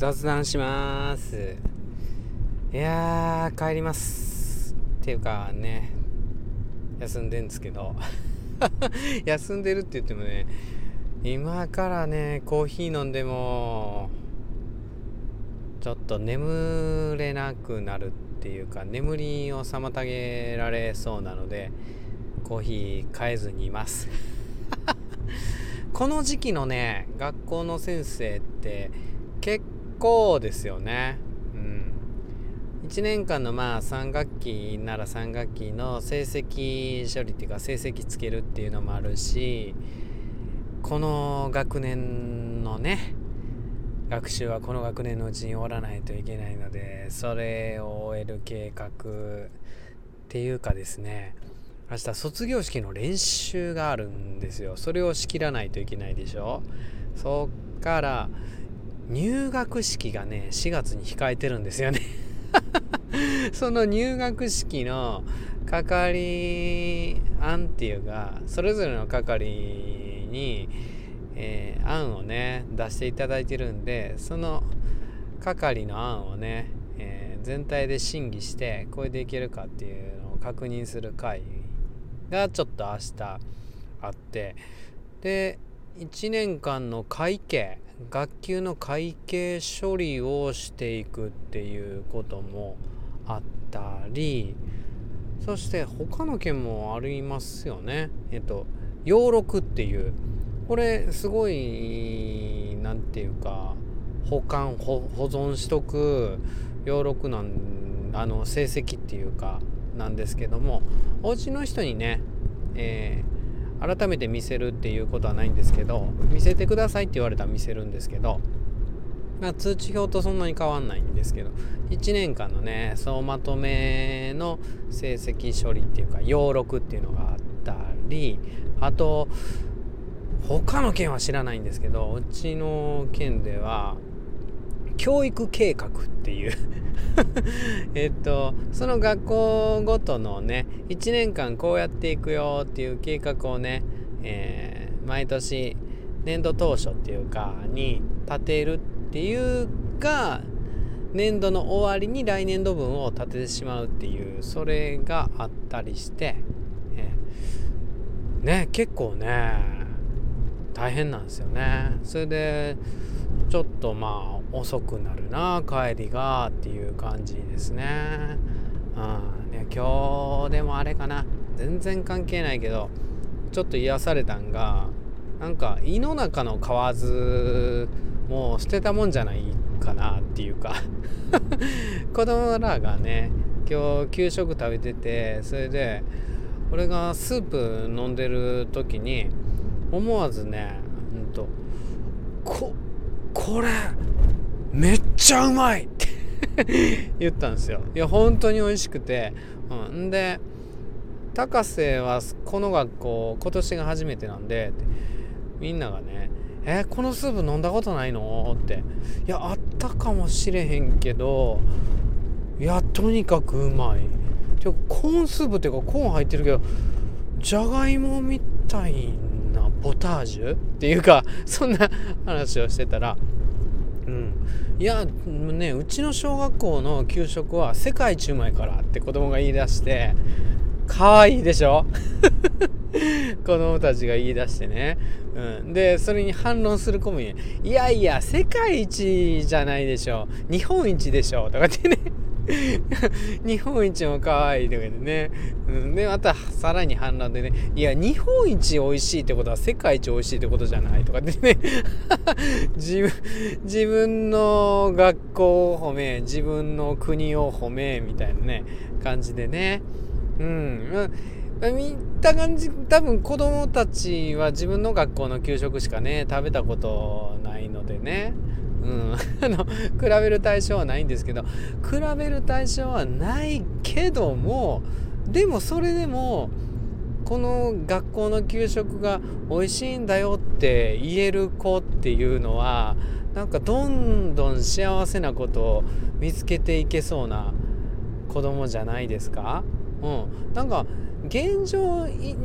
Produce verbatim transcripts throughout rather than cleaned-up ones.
雑談します。いやー帰りますっていうかね、休んでんですけど休んでるって言ってもね、今からねコーヒー飲んでもちょっと眠れなくなるっていうか、眠りを妨げられそうなのでコーヒー買えずにいますこの時期のね学校の先生って結構ですよね。うんいちねんかんのまあさん学期ならさん学期の成績処理っていうか成績つけるっていうのもあるし、この学年のね学習はこの学年のうちに終わらないといけないので、それを終える計画っていうかですね、明日卒業式の練習があるんですよ。それを仕切らないといけないでしょ。そっから入学式がねしがつに控えてるんですよねその入学式の係案っていうか、それぞれの係に、えー、案をね出していただいてるんで、その係の案をね、えー、全体で審議してこれでいけるかっていうのを確認する会がちょっと明日あって、でいちねんかんの会計学級の会計処理をしていくっていうこともあったり、そして他の件もありますよね。えっと要録っていう、これすごいなんていうか保管 保, 保存しとく要録なん、あの成績っていうかなんですけども、お家の人にね、えー改めて見せるっていうことはないんですけど、見せてくださいって言われたら見せるんですけど、まあ、通知表とそんなに変わんないんですけど、いちねんかんのね総まとめの成績処理っていうか要録っていうのがあったり、あと他の県は知らないんですけど、うちの県では教育計画っていうえっとその学校ごとのねいちねんかんこうやっていくよっていう計画をね、えー、毎年年度当初っていうかに立てるっていうか、年度の終わりに来年度分を立ててしまうっていう、それがあったりして、えー、ね結構ね大変なんですよね。それでちょっとまあ遅くなるな帰りがっていう感じですね。うん、ね今日でもあれかな、全然関係ないけどちょっと癒されたんが、なんか胃の中の蛙もう捨てたもんじゃないかなっていうか子供らがね今日給食食べてて、それで俺がスープ飲んでる時に思わずね、うんとここれめっちゃうまいって言ったんですよ。いや本当に美味しくて、うん、で高瀬はこの学校今年が初めてなんで、みんながねえー、このスープ飲んだことないのって、いやあったかもしれへんけど、いやとにかくうまい。でコーンスープっていうかコーン入ってるけどじゃがいもみたいなポタージュっていうか、そんな話をしてたら、うん、いやねうちの小学校の給食は世界一うまいからって子供が言い出して、可愛いでしょ子供たちが言い出してね、うん、でそれに反論する子もいいやいや世界一じゃないでしょ、日本一でしょとかってね日本一も可愛いとかでね、うん、でまたさらに反論でね、いや日本一美味しいってことは世界一美味しいってことじゃないとかでね自分自分の学校を褒め自分の国を褒めみたいなね感じでね、うん見た感じ多分子供たちは自分の学校の給食しかね食べたことないのでね、うん、あの比べる対象はないんですけど、比べる対象はないけども、でもそれでもこの学校の給食が美味しいんだよって言える子っていうのはなんかどんどん幸せなことを見つけていけそうな子供じゃないですか。うん、なんか現状に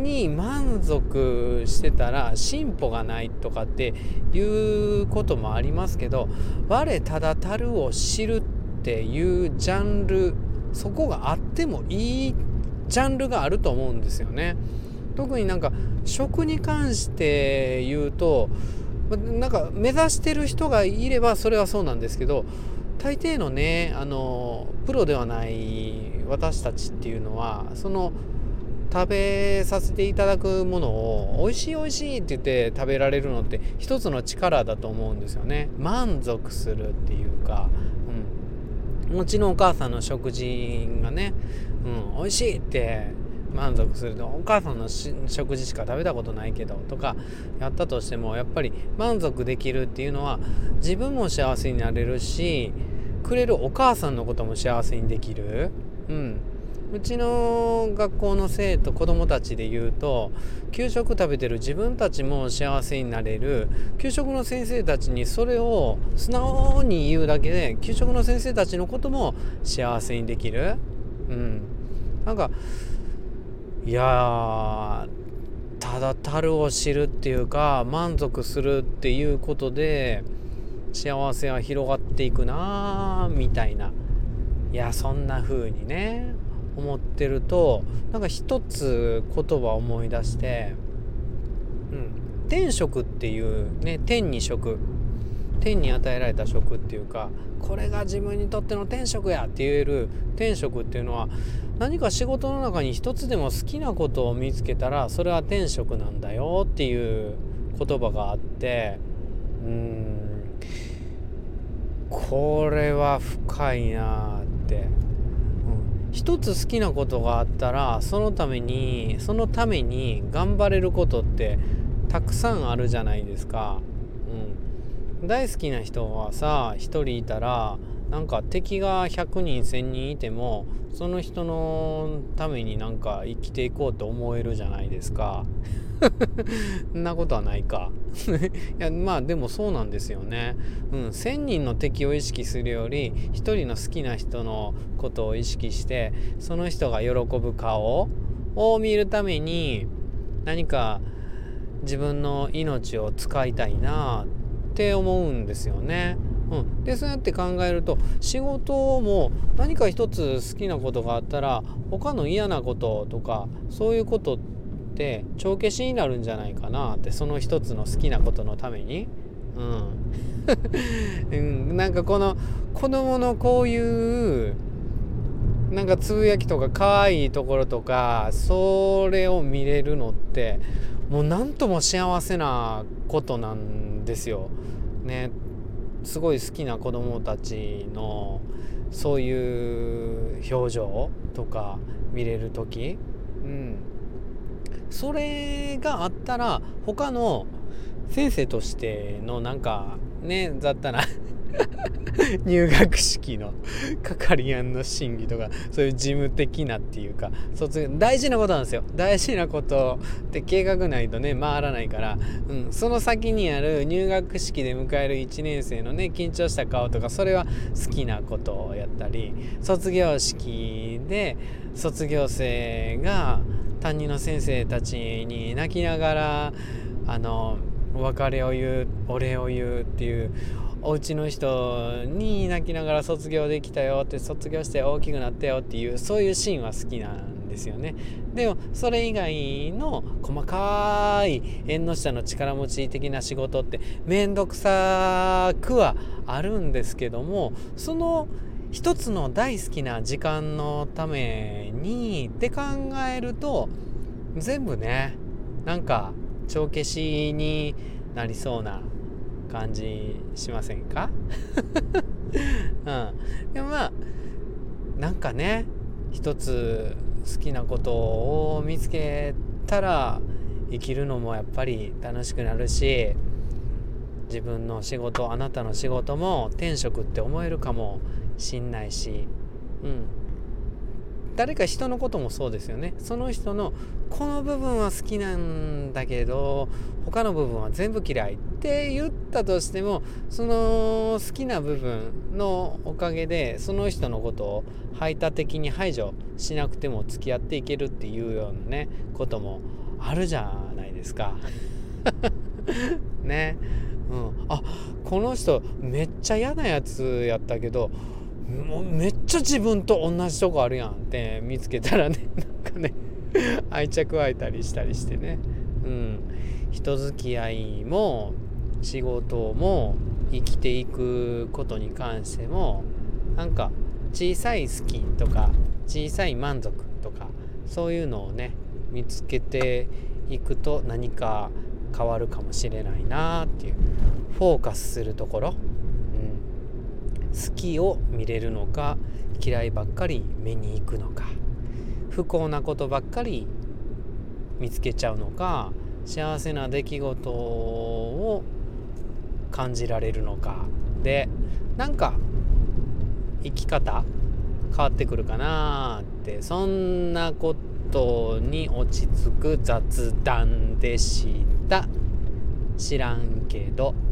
に満足してたら進歩がないとかっていうこともありますけど、我ただたるを知るっていうジャンル、そこがあってもいいジャンルがあると思うんですよね。特になんか食に関して言うと、なんか目指してる人がいればそれはそうなんですけど、大抵のね、あのプロではない私たちっていうのは、その食べさせていただくものを美味しい美味しいって言って食べられるのって一つの力だと思うんですよね。満足するっていうか、うん、うちのお母さんの食事がね、うん、美味しいって満足すると、お母さんの食事しか食べたことないけどとかやったとしても、やっぱり満足できるっていうのは自分も幸せになれるし、くれるお母さんのことも幸せにできる。うん、うちの学校の生徒子供たちで言うと、給食食べてる自分たちも幸せになれる。給食の先生たちにそれを素直に言うだけで、給食の先生たちのことも幸せにできる。うん、なんかいやー、ただたるを知るっていうか、満足するっていうことで幸せは広がっていくなみたいな、いやそんな風にね思ってると、なんか一つ言葉を思い出して、うん、天職っていうね、天に職、天に与えられた職っていうか、これが自分にとっての天職やって言える天職っていうのは、何か仕事の中に一つでも好きなことを見つけたらそれは天職なんだよっていう言葉があって、うーんこれは深いなって、うん、一つ好きなことがあったらそのためにそのために頑張れることってたくさんあるじゃないですか。うん、大好きな人はさ一人いたら、なんか敵がひゃくにんせんにんいてもその人のためになんか生きていこうと思えるじゃないですか。そんなことはないか。いやまあでもそうなんですよね。うん、せんにんの敵を意識するよりひとりの好きな人のことを意識して、その人が喜ぶ顔を見るために何か自分の命を使いたいなって思うんですよね。うん、でそうやって考えると、仕事も何か一つ好きなことがあったら他の嫌なこととかそういうことって帳消しになるんじゃないかなって、その一つの好きなことのために、うんうん、なんかこの子供のこういうなんかつぶやきとか可愛いところとか、それを見れるのってもうなんとも幸せなことなんですよね。すごい好きな子供たちのそういう表情とか見れるとき、うん、それがあったら他の先生としてのなんかね、だったら入学式の係案の審議とか、そういう事務的なっていうか、卒業大事なことなんですよ。大事なことって計画ないとね回らないから、うん、その先にある入学式で迎えるいちねん生のね緊張した顔とか、それは好きなことをやったり、卒業式で卒業生が担任の先生たちに泣きながらあのお別れを言う、お礼を言うっていう、お家の人に泣きながら卒業できたよって、卒業して大きくなったよっていう、そういうシーンは好きなんですよね。でもそれ以外の細かい縁の下の力持ち的な仕事ってめんどくさくはあるんですけども、その一つの大好きな時間のためにって考えると、全部ねなんか帳消しになりそうな感じしませんか？うん、でもまあなんかね、一つ好きなことを見つけたら生きるのもやっぱり楽しくなるし、自分の仕事、あなたの仕事も天職って思えるかもしんないし、うん、誰か人のこともそうですよね。その人のこの部分は好きなんだけど他の部分は全部嫌いって言ったとしても、その好きな部分のおかげでその人のことを排他的に排除しなくても付き合っていけるっていうようなねこともあるじゃないですかね、うん、あ、この人めっちゃ嫌なやつやったけどもうめっちゃ自分と同じとこあるやんって見つけたらね、なんかね愛着湧いたりしたりしてね、うん、人付き合いも仕事も生きていくことに関してもなんか小さい好きとか小さい満足とかそういうのをね見つけていくと何か変わるかもしれないなっていうフォーカスするところ、うん、好きを見れるのか嫌いばっかり目に行くのか不幸なことばっかり見つけちゃうのか幸せな出来事を感じられるのかでなんか生き方変わってくるかなってそんなことに落ち着く雑談でした。知らんけど